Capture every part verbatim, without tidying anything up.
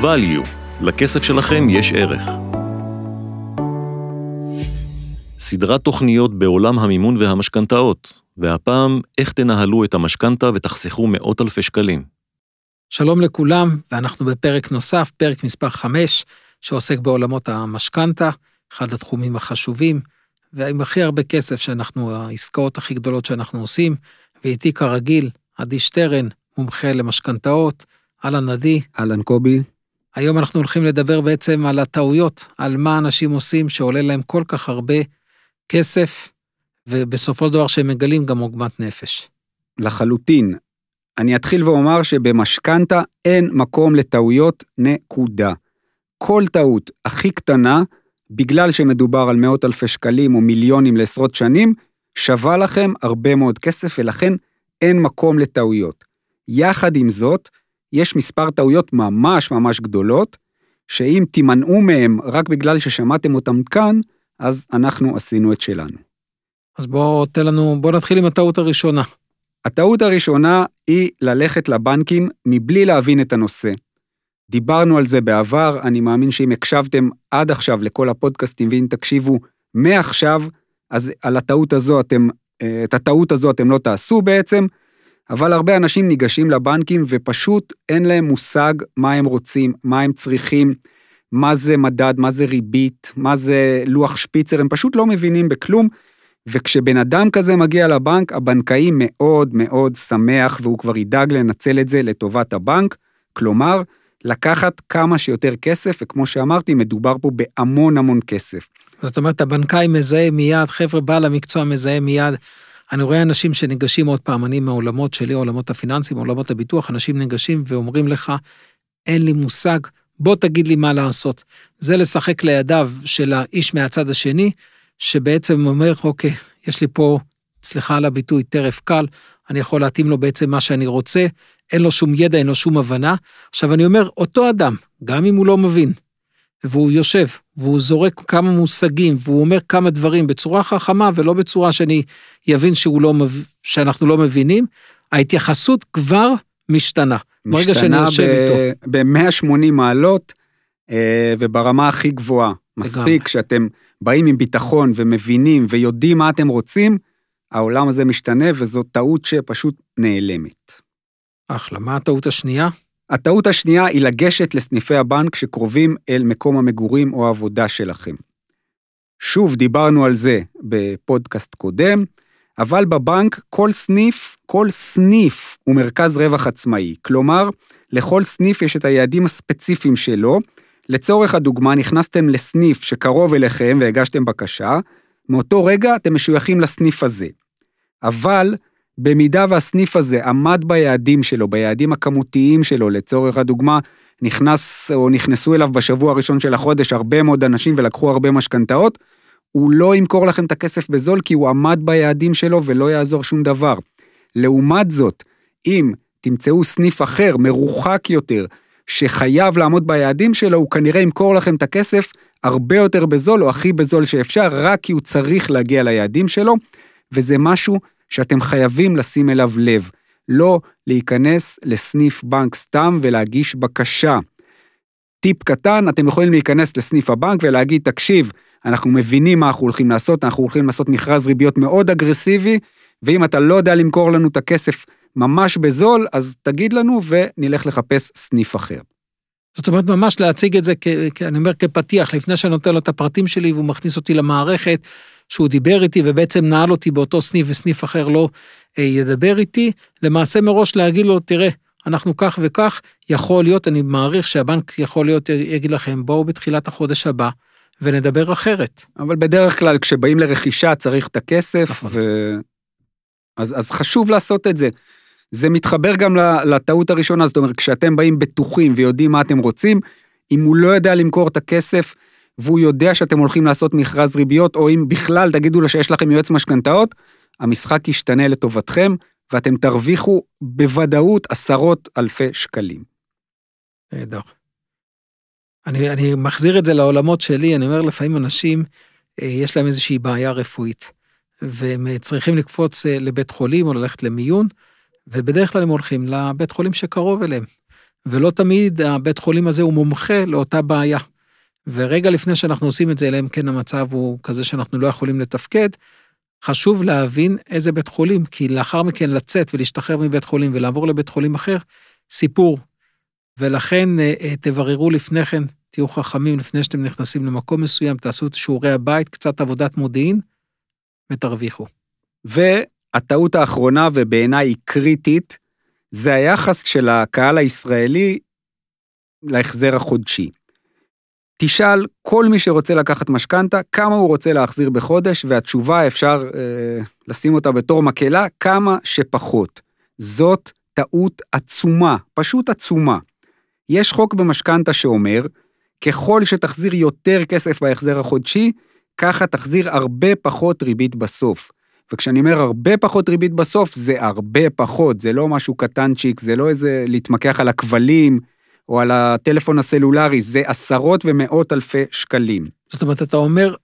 value. לכסף שלכם יש ערך. סדרת תוכניות בעולם המימון והמשכנתאות, והפעם איך תנהלו את המשכנתה ותחסכו מאות אלפי שקלים. שלום לכולם, ואנחנו בפרק נוסף, פרק מספר חמש, שעוסק בעולמות המשכנתה, אחד התחומים החשובים, ועם הכי הרבה כסף שאנחנו, העסקאות הכי גדולות שאנחנו עושים, ואיתי כרגיל, עדי שטרן, מומחה למשכנתאות, אלן עדי. אלן קובי. היום אנחנו הולכים לדבר בעצם על הטעויות, על מה אנשים עושים שעולה להם כל כך הרבה כסף, ובסופו של דבר שהם מגלים גם עוגמת נפש. לחלוטין. אני אתחיל ואומר שבמשכנתה אין מקום לטעויות נקודה. כל טעות הכי קטנה, בגלל שמדובר על מאות אלפי שקלים או מיליונים לעשרות שנים, שווה לכם הרבה מאוד כסף, ולכן אין מקום לטעויות. יחד עם זאת, יש מספר טעויות ממש ממש גדולות, שאם תימנעו מהם רק בגלל ששמעתם אותם כאן, אז אנחנו עשינו את שלנו. אז בואו תן לנו, בואו נתחיל עם הטעות הראשונה. הטעות הראשונה היא ללכת לבנקים מבלי להבין את הנושא. דיברנו על זה בעבר, אני מאמין שאם הקשבתם עד עכשיו לכל הפודקאסטים, ואם תקשיבו מעכשיו, אז על הטעות הזו אתם, את הטעות הזו אתם לא תעשו בעצם, אבל הרבה אנשים ניגשים לבנקים ופשוט אין להם מושג מה הם רוצים, מה הם צריכים, מה זה מדד, מה זה ריבית, מה זה לוח שפיצר, הם פשוט לא מבינים בכלום, וכשבן אדם כזה מגיע לבנק, הבנקאי מאוד מאוד שמח, והוא כבר ידאג לנצל את זה לטובת הבנק, כלומר, לקחת כמה שיותר כסף, וכמו שאמרתי, מדובר פה בהמון המון כסף. זאת אומרת, הבנקאי מזהה מיד, חבר'ה בעל המקצוע מזהה מיד, אני רואה אנשים שניגשים עוד פעם, אני מהעולמות שלי, עולמות הפיננסיים, עולמות הביטוח, אנשים ניגשים ואומרים לך, אין לי מושג, בוא תגיד לי מה לעשות. זה לשחק לידיו של האיש מהצד השני, שבעצם אומר, אוקיי, יש לי פה, סליחה על הביטוי, טרף קל, אני יכול להתאים לו בעצם מה שאני רוצה, אין לו שום ידע, אין לו שום הבנה. עכשיו אני אומר, אותו אדם, גם אם הוא לא מבין, והוא יושב, והוא זורק כמה מושגים, והוא אומר כמה דברים בצורה חכמה, ולא בצורה שאני יבין שהוא לא, שאנחנו לא מבינים, ההתייחסות כבר משתנה. משתנה ב-מאה ושמונים מעלות, וברמה הכי גבוהה. מספיק שאתם באים עם ביטחון ומבינים ויודעים מה אתם רוצים, העולם הזה משתנה, וזו טעות שפשוט נעלמת. אחלה, מה הטעות השנייה? הטעות השנייה היא לגשת לסניפי הבנק שקרובים אל מקום המגורים או העבודה שלכם. שוב, דיברנו על זה בפודקאסט קודם, אבל בבנק כל סניף, כל סניף הוא מרכז רווח עצמאי. כלומר, לכל סניף יש את היעדים הספציפיים שלו. לצורך הדוגמה, נכנסתם לסניף שקרוב אליכם והגשתם בקשה, מאותו רגע אתם משויכים לסניף הזה. אבל במידה והסניף הזה עמד ביעדים שלו, ביעדים הכמותיים שלו, לצורך הדוגמה, נכנס או נכנסו אליו בשבוע הראשון של החודש הרבה מאוד אנשים ולקחו הרבה משכנתאות, הוא לא ימכור לכם את הכסף בזול כי הוא עמד ביעדים שלו ולא יעזור שום דבר. לעומת זאת, אם תמצאו סניף אחר, מרוחק יותר, שחייב לעמוד ביעדים שלו, הוא כנראה ימכור לכם את הכסף הרבה יותר בזול או הכי בזול שאפשר, רק כי הוא צריך להגיע ליעדים שלו, וזה משהו שאתם חייבים לשים אליו לב, לא להיכנס לסניף בנק סתם ולהגיש בקשה. טיפ קטן, אתם יכולים להיכנס לסניף הבנק ולהגיד, תקשיב, אנחנו מבינים מה אנחנו הולכים לעשות, אנחנו הולכים לעשות מכרז ריביות מאוד אגרסיבי, ואם אתה לא יודע למכור לנו את הכסף ממש בזול, אז תגיד לנו ונלך לחפש סניף אחר. זאת אומרת, ממש להציג את זה, כ- אני אומר כפתיח, לפני שאני נותן לו את הפרטים שלי, והוא מכניס אותי למערכת, שהוא דיבר איתי, ובעצם נעל אותי באותו סניף, וסניף אחר לא אה, ידבר איתי, למעשה מראש להגיד לו, תראה, אנחנו כך וכך, יכול להיות, אני מעריך שהבנק יכול להיות, יגיד לכם, בואו בתחילת החודש הבא, ונדבר אחרת. אבל בדרך כלל, כשבאים לרכישה, צריך את הכסף, ו... אז, אז חשוב לעשות את זה. זה מתחבר גם לטעות הראשונה, זאת אומרת, כשאתם באים בטוחים ויודעים מה אתם רוצים, אם הוא לא יודע למכור את הכסף, והוא יודע שאתם הולכים לעשות מכרז ריביות, או אם בכלל תגידו לו שיש לכם יועץ משכנתאות, המשחק ישתנה לטובתכם, ואתם תרוויחו בוודאות עשרות אלפי שקלים. נהדר. אני, אני מחזיר את זה לעולמות שלי, אני אומר לפעמים אנשים, יש להם איזושהי בעיה רפואית, והם צריכים לקפוץ לבית חולים או ללכת למיון, ובדרך כלל הם הולכים לבית חולים שקרוב אליהם, ולא תמיד הבית חולים הזה הוא מומחה לאותה בעיה. ורגע לפני שאנחנו עושים את זה, אלא אם כן המצב הוא כזה שאנחנו לא יכולים לתפקד, חשוב להבין איזה בית חולים, כי לאחר מכן לצאת ולהשתחרר מבית חולים ולעבור לבית חולים אחר, סיפור. ולכן תבררו לפני כן, תהיו חכמים לפני שאתם נכנסים למקום מסוים, תעשו את שיעורי הבית, קצת עבודת מודיעין, ותרוויחו. והטעות האחרונה, ובעיניי היא קריטית, זה היחס של הקהל הישראלי להחזר החודשי. תשאל כל מי שרוצה לקחת משכנתה, כמה הוא רוצה להחזיר בחודש, והתשובה אפשר אה, לשים אותה בתור מקלה, כמה שפחות. זאת טעות עצומה, פשוט עצומה. יש חוק במשכנתה שאומר, ככל שתחזיר יותר כסף בהחזר החודשי, ככה תחזיר הרבה פחות ריבית בסוף. וכשאני אומר הרבה פחות ריבית בסוף, זה הרבה פחות, זה לא משהו קטנצ'יק, זה לא איזה להתמקח על הכבלים, או על הטלפון הסלולרי, זה עשרות ומאות אלפי שקלים. זאת אומרת, אתה אומר,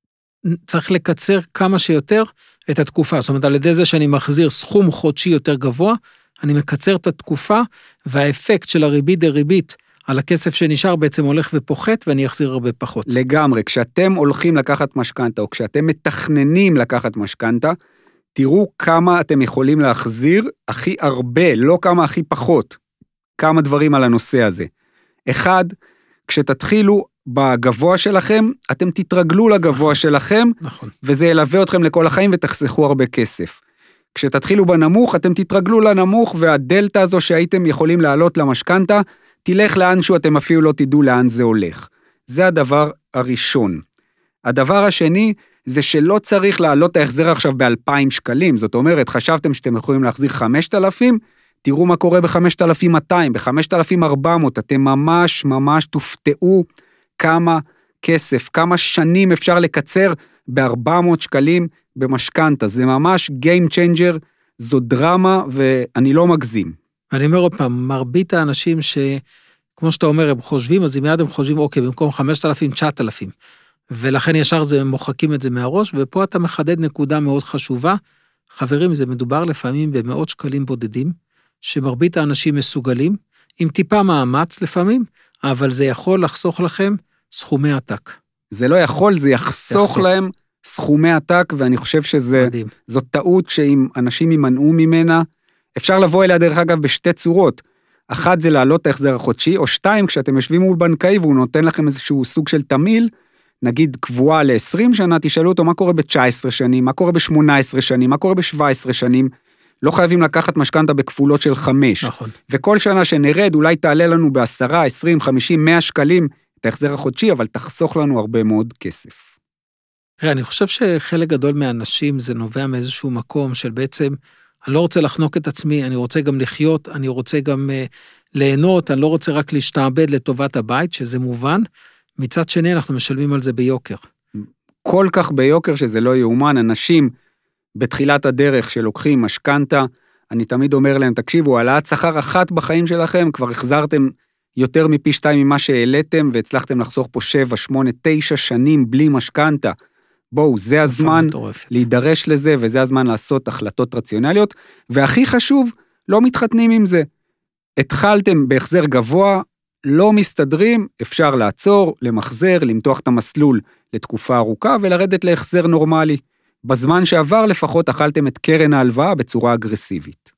צריך לקצר כמה שיותר את התקופה, זאת אומרת, על ידי זה שאני מחזיר סכום חודשי יותר גבוה, אני מקצר את התקופה, והאפקט של הריבית דריבית על הכסף שנשאר בעצם הולך ופוחת, ואני אחזיר הרבה פחות. לגמרי, כשאתם הולכים לקחת משכנתה, או כשאתם מתכננים לקחת משכנתה, תראו כמה אתם יכולים להחזיר הכי הרבה, לא כמה הכי פחות. כמה דברים על הנושא הזה. אחד, כשתתחילו בגבוה שלכם, אתם תתרגלו לגבוה שלכם, נכון. וזה ילווה אתכם לכל החיים ותחסכו הרבה כסף. כשתתחילו בנמוך, אתם תתרגלו לנמוך, והדלטה הזו שהייתם יכולים לעלות למשכנתה, תלך לאנשהו, אתם אפילו לא תדעו לאן זה הולך. זה הדבר הראשון. הדבר השני, זה שלא צריך לעלות את ההחזר עכשיו ב-אלפיים שקלים, זאת אומרת, חשבתם שאתם יכולים להחזיר חמשת אלפים, תראו מה קורה ב-חמשת אלפים מאתיים, ב-חמשת אלפים ארבע מאות, אתם ממש ממש תופתעו כמה כסף, כמה שנים אפשר לקצר ב-ארבע מאות שקלים במשכנתה, זה ממש game changer, זו דרמה ואני לא מגזים. אני אומר עוד פעם, מרבית האנשים שכמו שאתה אומר, הם חושבים, אז מיד הם חושבים, אוקיי, במקום חמשת אלפים, תשעת אלפים, ולכן ישר זה, מוחקים את זה מהראש, ופה אתה מחדד נקודה מאוד חשובה, חברים, זה מדובר לפעמים במאות שקלים בודדים, שמרבית האנשים מסוגלים, עם טיפה מאמץ לפעמים, אבל זה יכול לחסוך לכם סכומי עתק. זה לא יכול, זה יחסוך, יחסוך. להם סכומי עתק, ואני חושב שזאת טעות שאם אנשים יימנעו ממנה, אפשר לבוא אליה דרך אגב בשתי צורות. אחת זה לעלות את ההחזר החודשי, או שתיים, כשאתם יושבים מול בנקאי, והוא נותן לכם איזשהו סוג של תמיל, נגיד קבועה ל-עשרים שנה, תשאלו אותו מה קורה ב-תשע עשרה שנים, מה קורה ב-שמונה עשרה שנים, מה קורה ב-שבע עשרה שנים, לא חייבים לקחת משכנתה בכפולות של חמש. נכון. וכל שנה שנרד, אולי תעלה לנו בעשרה, עשרים, חמישים, מאה שקלים את ההחזר החודשי, אבל תחסוך לנו הרבה מאוד כסף. אני חושב שחלק גדול מהאנשים זה נובע מאיזשהו מקום של בעצם, אני לא רוצה לחנוק את עצמי, אני רוצה גם לחיות, אני רוצה גם uh, ליהנות, אני לא רוצה רק להשתעבד לטובת הבית, שזה מובן. מצד שני, אנחנו משלמים על זה ביוקר. כל כך ביוקר שזה לא יאומן, אנשים בתחילת הדרך שלוקחים משכנתה, אני תמיד אומר להם, תקשיבו, העלאת שכר אחת בחיים שלכם, כבר החזרתם יותר מפי שתיים ממה שהעליתם, והצלחתם לחסוך פה שבע, שמונה, תשע שנים בלי משכנתה. בואו, זה הזמן להידרש לזה, וזה הזמן לעשות החלטות רציונליות, והכי חשוב, לא מתחתנים עם זה. התחלתם בהחזר גבוה, לא מסתדרים, אפשר לעצור, למחזר, למתוח את המסלול לתקופה ארוכה, ולרדת להחזר נורמלי. בזמן שעבר לפחות אכלתם את קרן ההלוואה בצורה אגרסיבית.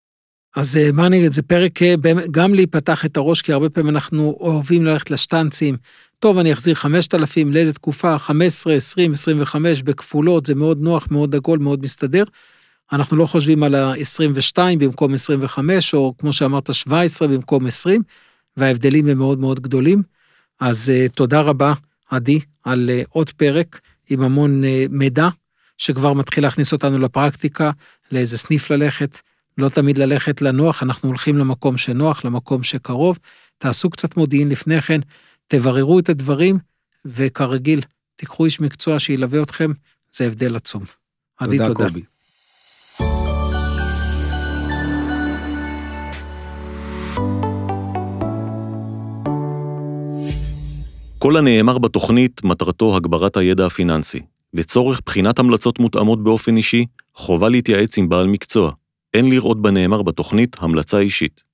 אז מה נגיד, זה פרק גם להיפתח את הראש, כי הרבה פעמים אנחנו אוהבים ללכת לשטנצים, טוב, אני אחזיר חמשת אלפים, לאיזה תקופה, חמש עשרה, עשרים, עשרים וחמש, בכפולות, זה מאוד נוח, מאוד עגול, מאוד מסתדר. אנחנו לא חושבים על ה-עשרים ושתיים במקום עשרים וחמש, או כמו שאמרת, שבע עשרה במקום עשרים, וההבדלים הם מאוד מאוד גדולים. אז תודה רבה, עדי, על עוד פרק, עם המון מידע, שכבר מתחיל להכניס אותנו לפרקטיקה, לאיזה סניף ללכת, לא תמיד ללכת לנוח, אנחנו הולכים למקום שנוח, למקום שקרוב, תעשו קצת מודיעין לפני כן, תבררו את הדברים, וכרגיל, תיקחו איש מקצוע שילווה אתכם, זה הבדל עצום. עדי, תודה. תודה. קובי. כל הנאמר בתוכנית מטרתו הגברת הידע הפיננסי. לצורך בחינת המלצות מותאמות באופן אישי, חובה להתייעץ עם בעל מקצוע. אין לראות בנאמר בתוכנית המלצה אישית.